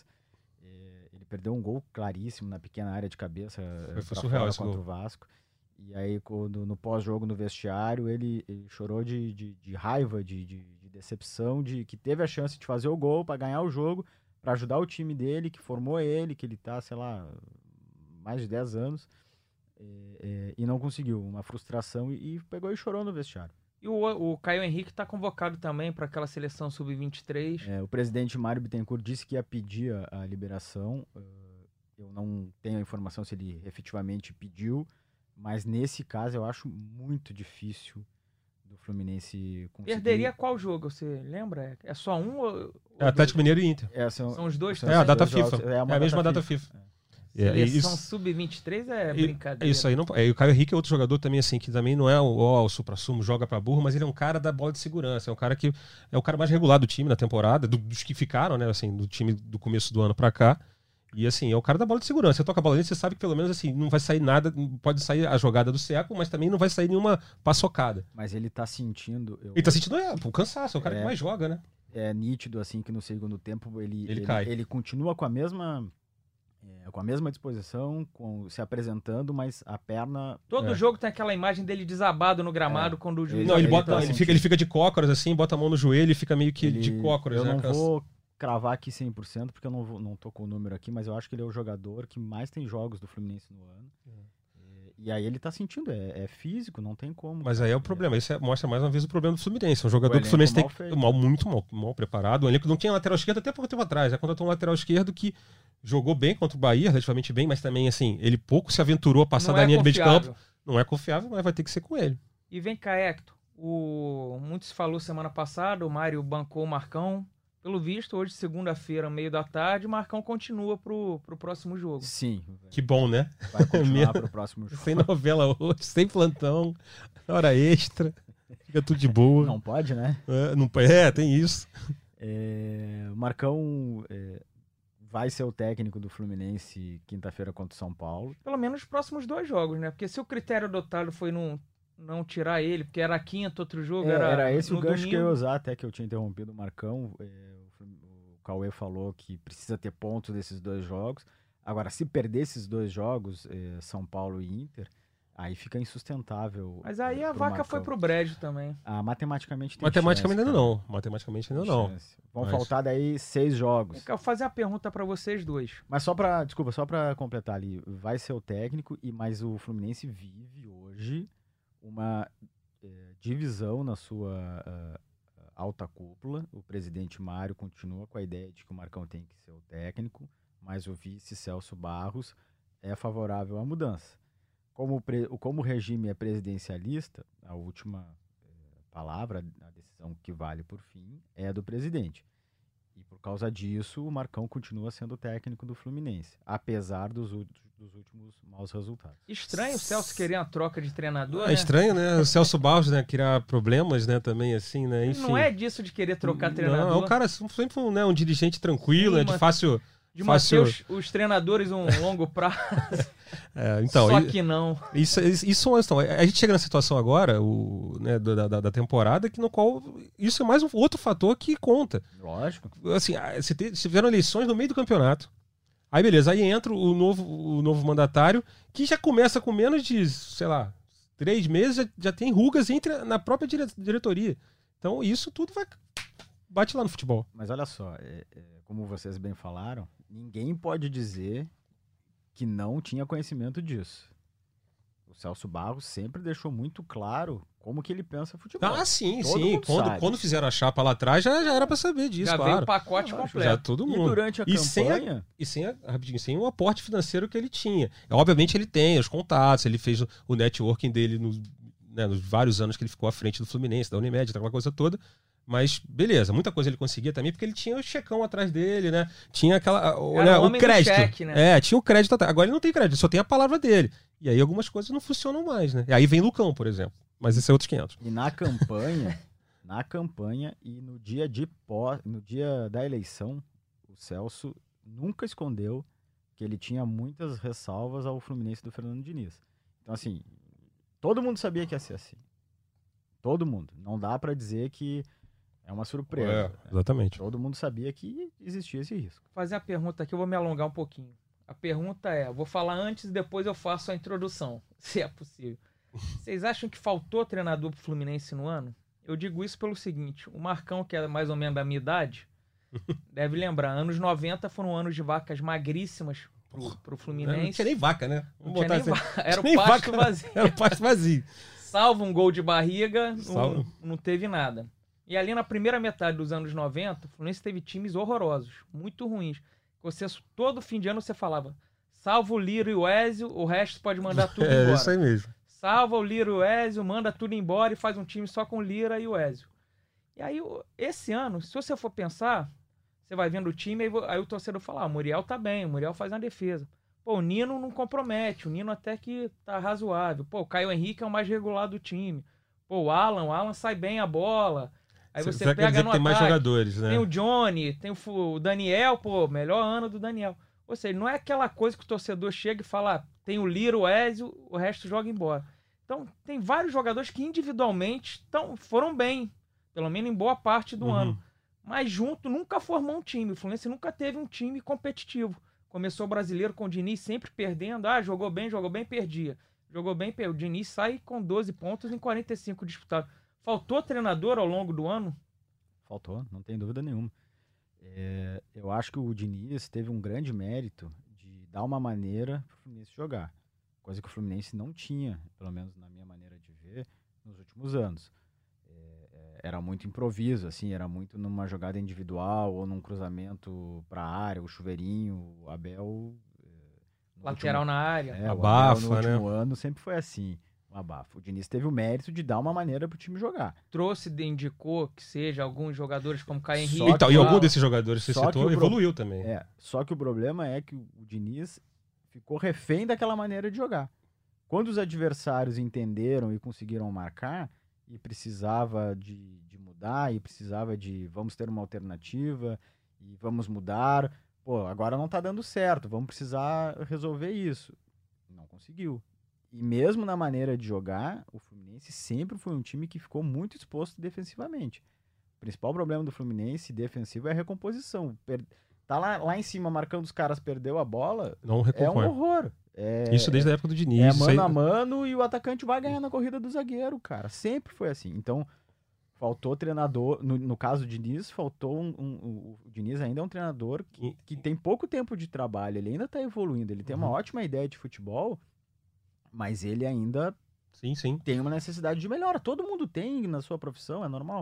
Speaker 4: Eh, ele perdeu um gol claríssimo na pequena área de cabeça eh,
Speaker 5: Foi- foi
Speaker 4: pra
Speaker 5: surreal
Speaker 4: fora
Speaker 5: esse
Speaker 4: contra
Speaker 5: gol.
Speaker 4: o Vasco. E aí, quando, no pós-jogo, no vestiário, ele, ele chorou de, de, de raiva, de, de, de decepção, de que teve a chance de fazer o gol para ganhar o jogo, para ajudar o time dele, que formou ele, que ele tá, sei lá, mais de dez anos, é, é, e não conseguiu. Uma frustração, e, e pegou e chorou no vestiário.
Speaker 3: E o, o Caio Henrique tá convocado também para aquela seleção sub vinte e três.
Speaker 4: É, o presidente Mário Bittencourt disse que ia pedir a, a liberação. uh, eu não tenho a informação se ele efetivamente pediu, mas nesse caso eu acho muito difícil do Fluminense conseguir.
Speaker 3: Perderia qual jogo, você lembra? É só um ou... ou
Speaker 5: É Atlético Mineiro e Inter.
Speaker 4: É, são,
Speaker 3: São os dois
Speaker 4: são
Speaker 5: É a
Speaker 4: os
Speaker 5: data
Speaker 4: dois jogos,
Speaker 5: FIFA.
Speaker 4: É,
Speaker 5: É,
Speaker 4: uma
Speaker 5: a mesma data FIFA. É, e
Speaker 3: Seleção
Speaker 5: isso,
Speaker 3: sub vinte e três é
Speaker 5: e-
Speaker 3: brincadeira.
Speaker 5: isso aí não. É, e o Caio Henrique é outro jogador também, assim, que também não é o, ó, o supra-sumo, joga pra burro, mas ele é um cara da bola de segurança. É um cara que é o cara mais regular do time na temporada, do- dos que ficaram, né? Assim, do time do começo do ano pra cá. E assim, é o cara da bola de segurança. Você toca a bola nele, você sabe que pelo menos assim, não vai sair nada, pode sair a jogada do século, mas também não vai sair nenhuma paçocada.
Speaker 4: Mas ele tá sentindo. Eu,
Speaker 5: Ele tá sentindo é, o cansaço, é o cara
Speaker 4: É.
Speaker 5: que mais joga, né?
Speaker 4: É nítido assim que no segundo tempo ele,
Speaker 5: Ele
Speaker 4: ele,
Speaker 5: cai.
Speaker 4: ele continua com a mesma. é, com a mesma disposição, com, se apresentando, mas a perna.
Speaker 3: Todo
Speaker 5: É.
Speaker 3: jogo tem aquela imagem dele desabado no gramado
Speaker 4: É.
Speaker 3: quando o juiz...
Speaker 4: Ele-
Speaker 5: Não, ele,
Speaker 4: ele
Speaker 5: bota,
Speaker 4: tá
Speaker 5: ele,
Speaker 4: sentindo.
Speaker 5: fica, ele fica de cócoras assim, bota a mão no joelho e fica meio que
Speaker 4: ele-
Speaker 5: de cócoras,
Speaker 4: Eu
Speaker 5: né?
Speaker 4: não
Speaker 5: Cansa-
Speaker 4: vou cravar aqui cem por cento, porque eu não, vou, não tô com o número aqui, mas eu acho que ele é o jogador que mais tem jogos do Fluminense no ano. É, E aí ele tá sentindo, é, é físico, não tem como.
Speaker 5: Mas aí é o problema, isso é- mostra mais uma vez o problema do Fluminense. É um jogador
Speaker 4: O
Speaker 5: que o Fluminense tem
Speaker 4: elenco mal
Speaker 5: que-
Speaker 4: feito.
Speaker 5: mal, muito mal, mal preparado. O elenco não tinha lateral esquerdo até pouco tempo atrás. Já contratou um lateral esquerdo que jogou bem contra o Bahia, relativamente bem, mas também, assim, ele pouco se aventurou a passar
Speaker 3: Não
Speaker 5: da
Speaker 3: é
Speaker 5: linha de meio de
Speaker 3: confiável.
Speaker 5: campo. Não é confiável, mas vai ter que ser com ele.
Speaker 3: E vem cá, Hector. O... Muito se falou semana passada, o Mário bancou o Marcão. Pelo visto, hoje, segunda-feira, meio da tarde, o Marcão continua pro, pro próximo jogo.
Speaker 4: Sim,
Speaker 5: Que bom, né?
Speaker 4: vai continuar
Speaker 5: Mesmo.
Speaker 4: pro próximo jogo.
Speaker 5: Sem novela hoje, sem plantão, hora extra, fica tudo de boa.
Speaker 4: Não pode, né?
Speaker 5: É, não, é tem isso.
Speaker 4: É, o Marcão é, vai ser o técnico do Fluminense quinta-feira contra o São Paulo.
Speaker 3: Pelo menos os próximos dois jogos, né? Porque se o critério adotado foi não, não tirar ele, porque era a quinta, outro jogo,
Speaker 4: É,
Speaker 3: era,
Speaker 4: era esse
Speaker 3: no
Speaker 4: o gancho
Speaker 3: domingo.
Speaker 4: que eu ia usar, até que eu tinha interrompido o Marcão. É, o Flu- o Cauê falou que precisa ter pontos desses dois jogos. Agora, se perder esses dois jogos, é, São Paulo e Inter, aí fica insustentável.
Speaker 3: Mas aí
Speaker 4: é,
Speaker 3: a
Speaker 4: pro
Speaker 3: vaca
Speaker 4: Marcão.
Speaker 3: foi pro brejo também.
Speaker 4: Ah, matematicamente tem
Speaker 5: Matematicamente
Speaker 4: chance,
Speaker 5: ainda
Speaker 4: cara.
Speaker 5: não. Matematicamente ainda
Speaker 4: Tem
Speaker 5: não.
Speaker 4: chance. Vão
Speaker 5: Mas-
Speaker 4: faltar daí seis jogos.
Speaker 3: Eu quero fazer uma pergunta pra vocês dois.
Speaker 4: Mas só pra, desculpa, só pra completar ali, vai ser o técnico, e mas o Fluminense vive hoje uma eh, divisão na sua ah, alta cúpula. O presidente Mário continua com a ideia de que o Marcão tem que ser o técnico, mas o vice Celso Barros é favorável à mudança. Como o, pre, como o regime é presidencialista, a última eh, palavra, a decisão que vale por fim, é a do presidente. E por causa disso, o Marcão continua sendo o técnico do Fluminense, apesar dos, dos últimos maus resultados.
Speaker 3: Estranho o Celso querer uma troca de treinador,
Speaker 5: É
Speaker 3: né?
Speaker 5: estranho, né? O Celso Barros, né? Criar problemas, né? Também, assim, né? Enfim.
Speaker 3: Não é disso de querer trocar treinador.
Speaker 5: Não, o cara sempre foi, né, um dirigente tranquilo,
Speaker 3: Sim,
Speaker 5: né? De
Speaker 3: mas-
Speaker 5: fácil...
Speaker 3: De
Speaker 5: fácil...
Speaker 3: manter os, os treinadores um longo prazo.
Speaker 5: É, então,
Speaker 3: Só
Speaker 5: e-
Speaker 3: que não.
Speaker 5: Isso, isso, isso é uma questão. A gente chega na situação agora, o, né, da, da, da temporada, que no qual isso é mais um outro fator que conta.
Speaker 4: Lógico.
Speaker 5: Assim, ah, você te- tiveram eleições no meio do campeonato. Aí beleza, aí entra o novo, o novo mandatário, que já começa com menos de, sei lá, três meses, já, já tem rugas entre, na própria dire- diretoria. Então isso tudo vai bate lá no futebol.
Speaker 4: Mas olha só, é- é, como vocês bem falaram, ninguém pode dizer que não tinha conhecimento disso. O Celso Barros sempre deixou muito claro como que ele pensa futebol.
Speaker 5: Ah, sim,
Speaker 4: Todo
Speaker 5: sim.
Speaker 4: mundo
Speaker 5: Quando,
Speaker 4: sabe.
Speaker 5: quando fizeram a chapa lá atrás, já, já era pra saber disso,
Speaker 3: Já veio
Speaker 5: claro.
Speaker 3: o pacote
Speaker 4: Lógico,
Speaker 3: completo.
Speaker 5: Já todo
Speaker 4: E
Speaker 5: mundo.
Speaker 4: durante a
Speaker 5: E sem a-
Speaker 4: campanha,
Speaker 5: E sem, a, rapidinho, sem o aporte financeiro que ele tinha. Obviamente ele tem os contatos, ele fez o, o networking dele no, né, nos vários anos que ele ficou à frente do Fluminense, da Unimed, aquela coisa toda. Mas beleza, muita coisa ele conseguia também, porque ele tinha o checão atrás dele, né? Tinha aquela. O,
Speaker 3: Era
Speaker 5: né,
Speaker 3: o
Speaker 5: o
Speaker 3: homem do
Speaker 5: crédito.
Speaker 3: cheque, né?
Speaker 5: É, tinha o crédito atrás. Agora ele não tem crédito, só tem a palavra dele. E aí algumas coisas não funcionam mais, né? E aí vem Lucão, por exemplo. Mas esse é outros quinhentos.
Speaker 4: e na campanha, na campanha e no dia de pó, no dia da eleição, o Celso nunca escondeu que ele tinha muitas ressalvas ao Fluminense do Fernando Diniz. Então assim, todo mundo sabia que ia ser assim. Todo mundo. Não dá pra dizer que é uma surpresa.
Speaker 5: É, exatamente.
Speaker 4: Todo mundo sabia que existia esse risco.
Speaker 3: Vou fazer uma pergunta aqui, eu vou me alongar um pouquinho. A pergunta é, eu vou falar antes e depois eu faço a introdução, se é possível. Vocês acham que faltou treinador pro Fluminense no ano? Eu digo isso pelo seguinte, o Marcão, que é mais ou menos da minha idade, deve lembrar, anos noventa foram anos de vacas magríssimas pro, pro
Speaker 5: Não
Speaker 3: Fluminense.
Speaker 5: tinha nem vaca, né?
Speaker 3: Não
Speaker 5: Vamos
Speaker 3: tinha
Speaker 5: botar
Speaker 3: nem
Speaker 5: assim.
Speaker 3: va- Era
Speaker 5: Nem
Speaker 3: o pasto
Speaker 5: vaca,
Speaker 3: vazio.
Speaker 5: Era o pasto vazio.
Speaker 3: Salvo um gol de barriga, não,
Speaker 5: Salvo.
Speaker 3: não teve nada. E ali na primeira metade dos anos noventa, o Fluminense teve times horrorosos, muito ruins. Você, todo fim de ano você falava, salva o Liro e o Ezio, o resto pode mandar tudo
Speaker 5: É,
Speaker 3: embora.
Speaker 5: isso aí mesmo.
Speaker 3: Salva o Liro e o Ezio, manda tudo embora e faz um time só com o Lira e o Ezio. E aí, o- esse ano, se você for pensar, você vai vendo o time, aí, vo- aí o torcedor fala, ah, o Muriel tá bem, o Muriel faz uma defesa. Pô, o Nino não compromete, o Nino até que tá razoável. Pô, o Caio Henrique é o mais regular do time. Pô, o Alan, o Alan sai bem a bola. Aí você
Speaker 5: Será que quer
Speaker 3: pega
Speaker 5: dizer
Speaker 3: no
Speaker 5: que tem mais
Speaker 3: ataque.
Speaker 5: jogadores, né?
Speaker 3: Tem o Johnny, tem o, Fu- o Daniel, pô, melhor ano do Daniel. Ou seja, não é aquela coisa que o torcedor chega e fala, ah, tem o Lira, o Ezio, o resto joga embora. Então, tem vários jogadores que individualmente tão, foram bem, pelo menos em boa parte do
Speaker 5: Uhum.
Speaker 3: ano. Mas junto nunca formou um time. O Fluminense nunca teve um time competitivo. Começou o brasileiro com o Diniz sempre perdendo. Ah, jogou bem, jogou bem, perdia. Jogou bem, perdeu. O Diniz sai com doze pontos em quarenta e cinco disputados. Faltou treinador ao longo do ano?
Speaker 4: Faltou, não tem dúvida nenhuma. É, eu acho que o Diniz teve um grande mérito de dar uma maneira para o Fluminense jogar. Coisa que o Fluminense não tinha, pelo menos na minha maneira de ver, nos últimos anos. É, é, era muito improviso, assim, era muito numa jogada individual ou num cruzamento para a área, o chuveirinho, o Abel... é, no
Speaker 3: Lateral
Speaker 4: último-
Speaker 3: na área.
Speaker 4: É, o
Speaker 5: Abafa,
Speaker 4: Abel no
Speaker 5: né?
Speaker 4: último ano sempre foi assim, um abafa. O Diniz teve o mérito de dar uma maneira para o time jogar.
Speaker 3: Trouxe, indicou que seja alguns jogadores como Caio Henrique.
Speaker 4: Só
Speaker 5: Então,
Speaker 4: que
Speaker 5: e
Speaker 4: o-
Speaker 5: algum desses jogadores que você
Speaker 4: só que
Speaker 5: citou
Speaker 4: o pro-
Speaker 5: evoluiu também.
Speaker 4: É, só que o problema é que o o Diniz ficou refém daquela maneira de jogar. Quando os adversários entenderam e conseguiram marcar, e precisava de, de mudar, e precisava de vamos ter uma alternativa, e vamos mudar, pô, agora não tá dando certo, vamos precisar resolver isso. Não conseguiu. E mesmo na maneira de jogar, o Fluminense sempre foi um time que ficou muito exposto defensivamente. O principal problema do Fluminense defensivo é a recomposição. Per- Tá lá, lá em cima marcando os caras, perdeu a bola,
Speaker 5: Não
Speaker 4: é um
Speaker 5: recompõe.
Speaker 4: horror. É,
Speaker 5: Isso desde a época do Diniz.
Speaker 4: é
Speaker 5: isso
Speaker 4: mano
Speaker 5: aí-
Speaker 4: a mano e o atacante vai ganhar na corrida do zagueiro, cara. Sempre foi assim. Então, faltou treinador. No, no caso do Diniz, faltou um, um- um- O Diniz ainda é um treinador que,
Speaker 5: E-
Speaker 4: que tem pouco tempo de trabalho. Ele ainda tá evoluindo. Ele tem uma
Speaker 5: Uhum.
Speaker 4: ótima ideia de futebol, mas ele ainda
Speaker 5: Sim, sim.
Speaker 4: tem uma necessidade de melhora. Todo mundo tem na sua profissão, é normal.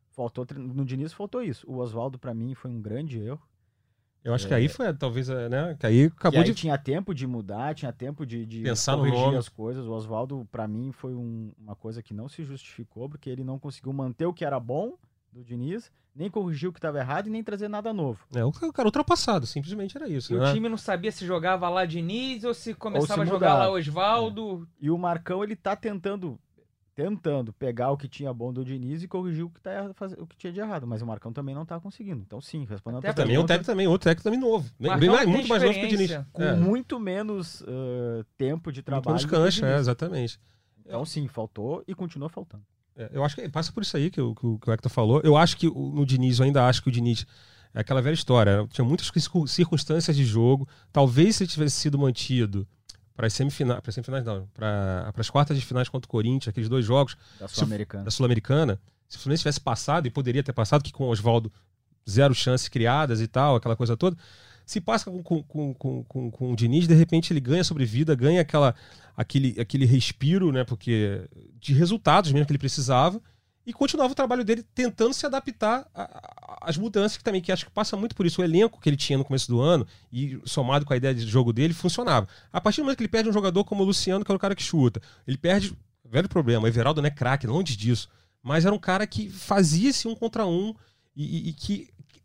Speaker 4: faltou tre- no Diniz faltou isso. O Oswaldo, pra mim, foi um grande erro.
Speaker 5: Eu acho que aí foi, talvez, né? Que aí
Speaker 4: E
Speaker 5: acabou
Speaker 4: aí
Speaker 5: de.
Speaker 4: tinha tempo de mudar, tinha tempo de, de
Speaker 5: Pensar no
Speaker 4: corrigir
Speaker 5: nome.
Speaker 4: as coisas. O Oswaldo, pra mim, foi um- uma coisa que não se justificou, porque ele não conseguiu manter o que era bom do Diniz, nem corrigir o que estava errado e nem trazer nada novo.
Speaker 5: É, o cara ultrapassado, simplesmente era isso.
Speaker 3: E
Speaker 5: né?
Speaker 3: o time não sabia se jogava lá Diniz ou se começava
Speaker 4: Ou se
Speaker 3: a jogar
Speaker 4: mudava.
Speaker 3: lá Oswaldo.
Speaker 4: E o Marcão, ele tá tentando tentando pegar o que tinha bom do Diniz e corrigir o que, tá, erra- faz- o que tinha de errado. Mas o Marcão também não tá conseguindo. Então, sim, respondendo
Speaker 3: Até
Speaker 4: a tua
Speaker 5: Também é um
Speaker 4: pergunta,
Speaker 5: técnico também, outro técnico também novo. Bem,
Speaker 3: Marcão
Speaker 5: bem-
Speaker 3: tem
Speaker 5: muito mais novo que o Diniz.
Speaker 3: experiência.
Speaker 4: com
Speaker 5: É,
Speaker 4: muito menos uh, tempo de
Speaker 5: muito
Speaker 4: trabalho.
Speaker 5: menos
Speaker 4: do que o
Speaker 5: cancha, é,
Speaker 4: Diniz.
Speaker 5: exatamente.
Speaker 4: Então, sim, faltou e continua faltando.
Speaker 5: É, eu acho que passa por isso aí que o, que o, que o Hector falou. Eu acho que o- no Diniz, eu ainda acho que o Diniz é aquela velha história. Tinha muitas circun- circunstâncias de jogo. Talvez se ele tivesse sido mantido para as semifinais, para semifinais não, para as quartas de finais contra o Corinthians, aqueles dois jogos
Speaker 4: Da
Speaker 5: Se-
Speaker 4: Sul-Americana.
Speaker 5: da Sul-Americana, se o Fluminense tivesse passado, e poderia ter passado, que com o Oswaldo zero chances criadas e tal, aquela coisa toda, se passa com, com, com, com, com, com o Diniz, de repente ele ganha sobrevida, ganha aquela, aquele, aquele respiro, né, porque de resultados mesmo que ele precisava, e continuava o trabalho dele tentando se adaptar a- a- às mudanças que também, que acho que passa muito por isso. O elenco que ele tinha no começo do ano, e somado com a ideia de jogo dele, funcionava. A partir do momento que ele perde um jogador como o Luciano, que era o cara que chuta, ele perde, velho problema, o Everaldo não é craque, longe disso, mas era um cara que fazia esse um contra um e, e- e que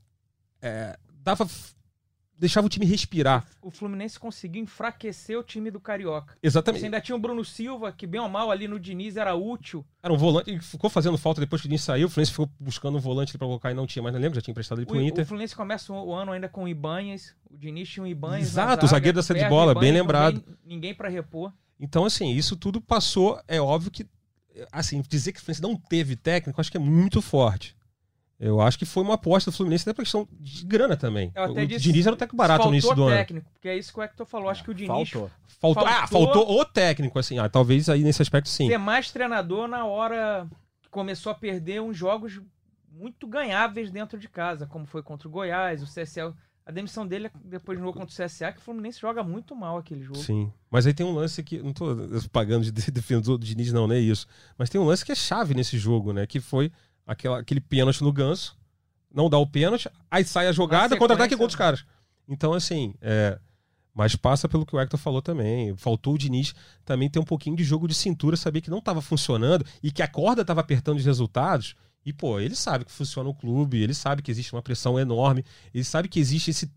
Speaker 5: é, dava, deixava o time respirar.
Speaker 3: O Fluminense conseguiu enfraquecer o time do Carioca. Você
Speaker 5: Exatamente.
Speaker 3: ainda tinha o Bruno Silva, que bem ou mal ali no Diniz era útil.
Speaker 5: Era um volante, ele ficou fazendo falta depois que o Diniz saiu, o Fluminense ficou buscando um volante pra colocar e não tinha mais, não lembro, já tinha emprestado ele
Speaker 3: O,
Speaker 5: pro
Speaker 3: o
Speaker 5: Inter.
Speaker 3: Fluminense começa o ano ainda com o Ibanhas. O Diniz tinha o Ibanhas. na
Speaker 5: Exato,
Speaker 3: zaga,
Speaker 5: o zagueiro da saída de
Speaker 3: perde o
Speaker 5: bola,
Speaker 3: Ibanhas,
Speaker 5: bem
Speaker 3: não
Speaker 5: lembrado.
Speaker 3: vem ninguém pra repor.
Speaker 5: Então, assim, isso tudo passou. É óbvio que, assim, dizer que o Fluminense não teve técnico, acho que é muito forte. Eu acho que foi uma aposta do Fluminense, até por questão de grana também.
Speaker 3: Eu até
Speaker 5: O
Speaker 3: disse,
Speaker 5: Diniz era um técnico barato
Speaker 3: faltou
Speaker 5: no início do ano.
Speaker 3: técnico, porque é isso que o Hector falou. Acho que o Diniz
Speaker 4: Faltou.
Speaker 5: Faltou, ah,
Speaker 3: faltou-
Speaker 5: faltou o técnico, assim. Ah, talvez aí nesse aspecto sim.
Speaker 3: ser mais treinador na hora que começou a perder uns jogos muito ganháveis dentro de casa, como foi contra o Goiás, o C S A. A demissão dele depois do jogo contra o C S A, que o Fluminense joga muito mal aquele jogo.
Speaker 5: Sim. Mas aí tem um lance que. Não tô pagando de defensor do Diniz, não, não é isso. Mas tem um lance que é chave nesse jogo, né? Que foi aquela, aquele pênalti no Ganso. Não dá o pênalti, aí sai a jogada,
Speaker 3: Na
Speaker 5: contra-ataque e
Speaker 3: sequência,
Speaker 5: gol dos caras. Então, assim, é, mas passa pelo que o Hector falou também. Faltou o Diniz também ter um pouquinho de jogo de cintura, saber que não estava funcionando e que a corda estava apertando os resultados. E, pô, ele sabe que funciona o clube, ele sabe que existe uma pressão enorme, ele sabe que existe esse.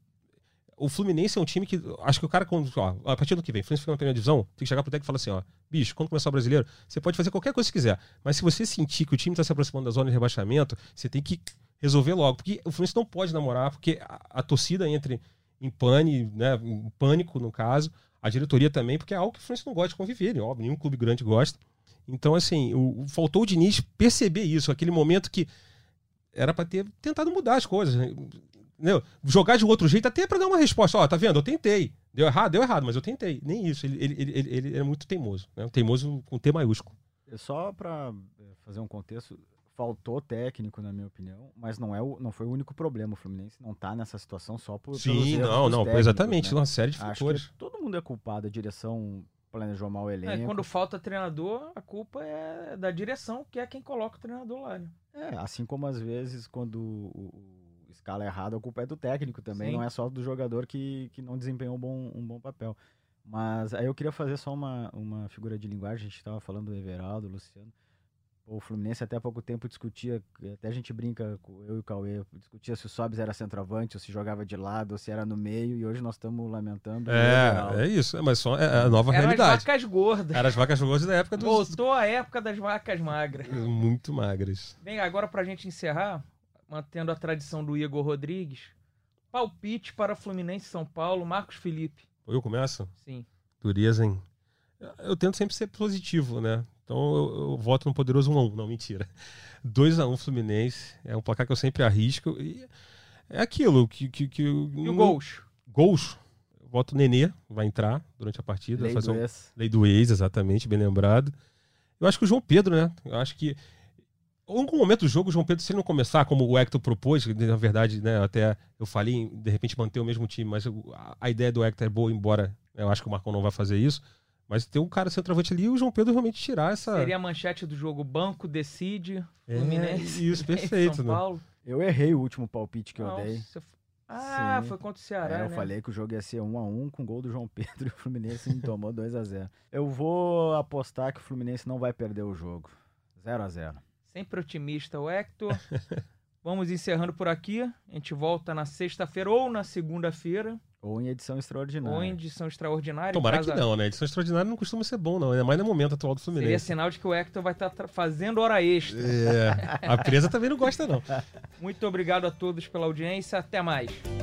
Speaker 5: O Fluminense é um time que. Acho que o cara, quando, ó, a partir do que vem, o Fluminense fica na primeira divisão, tem que chegar pro técnico e falar assim: ó, bicho, quando começar o brasileiro, você pode fazer qualquer coisa que quiser. Mas se você sentir que o time está se aproximando da zona de rebaixamento, você tem que resolver logo. Porque o Fluminense não pode namorar, porque a, a torcida entra em pane, né? Em pânico, no caso, a diretoria também, porque é algo que o Fluminense não gosta de conviver, né? Óbvio, nenhum clube grande gosta. Então, assim, o, o- faltou o Diniz perceber isso, aquele momento que era para ter tentado mudar as coisas, né? Entendeu? Jogar de outro jeito até para dar uma resposta. Ó, tá vendo? Eu tentei. Deu errado? Deu errado, mas eu tentei. Nem isso. Ele, ele, ele, ele, ele é muito teimoso. Né? Teimoso com T maiúsculo.
Speaker 4: Só para fazer um contexto, faltou técnico, na minha opinião, mas não, é o, não foi o único problema. O Fluminense não tá nessa situação só por. pelos
Speaker 5: Sim,
Speaker 4: erros
Speaker 5: não,
Speaker 4: dos
Speaker 5: não.
Speaker 4: técnicos,
Speaker 5: Exatamente.
Speaker 4: né?
Speaker 5: Uma série de
Speaker 4: Acho
Speaker 5: fatores.
Speaker 4: que todo mundo é culpado, a direção planejou mal o elenco.
Speaker 3: É, quando falta treinador, a culpa é da direção, que é quem coloca o treinador lá, né?
Speaker 4: É, assim como às vezes quando o, o escala errado, a culpa é do técnico também,
Speaker 3: Sim.
Speaker 4: não é só do jogador que, que não desempenhou um bom, um bom papel. Mas aí eu queria fazer só uma, uma figura de linguagem, a gente estava falando do Everaldo, do Luciano. O Fluminense até há pouco tempo discutia, até a gente brinca, eu e o Cauê, discutia se o Sobs era centroavante, ou se jogava de lado, ou se era no meio, e hoje nós estamos lamentando o Everaldo.
Speaker 5: É, é isso. É, mas só é a nova
Speaker 3: Eram as
Speaker 5: realidade.
Speaker 3: vacas gordas.
Speaker 5: Era as vacas gordas da época dos.
Speaker 3: Voltou a época das vacas magras.
Speaker 5: Muito magras.
Speaker 3: Bem, agora pra gente encerrar, mantendo a tradição do Igor Rodrigues, palpite para Fluminense e São Paulo, Marcos Felipe.
Speaker 5: Eu começo?
Speaker 3: Sim.
Speaker 5: Dureza, hein? Eu tento sempre ser positivo, né? Então eu, eu voto no poderoso um a um. Não, mentira. dois a um Fluminense. É um placar que eu sempre arrisco. E é aquilo que... que, que
Speaker 3: E
Speaker 5: no...
Speaker 3: o gols?
Speaker 5: Gols. Eu voto Nenê. Vai entrar durante a partida.
Speaker 4: Lei
Speaker 5: vai fazer
Speaker 4: do
Speaker 5: um...
Speaker 4: ex.
Speaker 5: Lei do ex, exatamente. Bem lembrado. Eu acho que o João Pedro, né? Eu acho que... Em algum momento do jogo, o João Pedro, se ele não começar como o Hector propôs, que, na verdade, né, até eu falei em, de repente, manter o mesmo time, mas a, a ideia do Hector é boa, embora eu acho que o Marcão não vai fazer isso, Mas tem um cara centroavante ali e o João Pedro realmente tirar essa...
Speaker 3: Seria a manchete do jogo, banco decide,
Speaker 5: É,
Speaker 3: Fluminense,
Speaker 5: isso, perfeito,
Speaker 3: São
Speaker 5: né?
Speaker 3: Paulo.
Speaker 4: Eu errei o último palpite que eu
Speaker 3: Não,
Speaker 4: dei.
Speaker 3: você... Ah,
Speaker 4: Sim.
Speaker 3: foi contra o Ceará,
Speaker 4: É, eu
Speaker 3: né?
Speaker 4: falei que o jogo ia ser um a um com gol do João Pedro e o Fluminense tomou dois a zero. Eu vou apostar que o Fluminense não vai perder o jogo. zero a zero.
Speaker 3: Sempre otimista o Hector. Vamos encerrando por aqui. A gente volta na sexta-feira ou na segunda-feira,
Speaker 4: Ou em edição extraordinária.
Speaker 3: ou em edição extraordinária.
Speaker 5: Tomara
Speaker 3: em casa...
Speaker 5: que não, né? Edição extraordinária não costuma ser bom, não. Ainda mais no momento atual do
Speaker 3: Seria
Speaker 5: Fluminense.
Speaker 3: sinal de que o Hector vai estar tra- fazendo hora extra.
Speaker 5: É, a presa também não gosta, não.
Speaker 3: Muito obrigado a todos pela audiência. Até mais.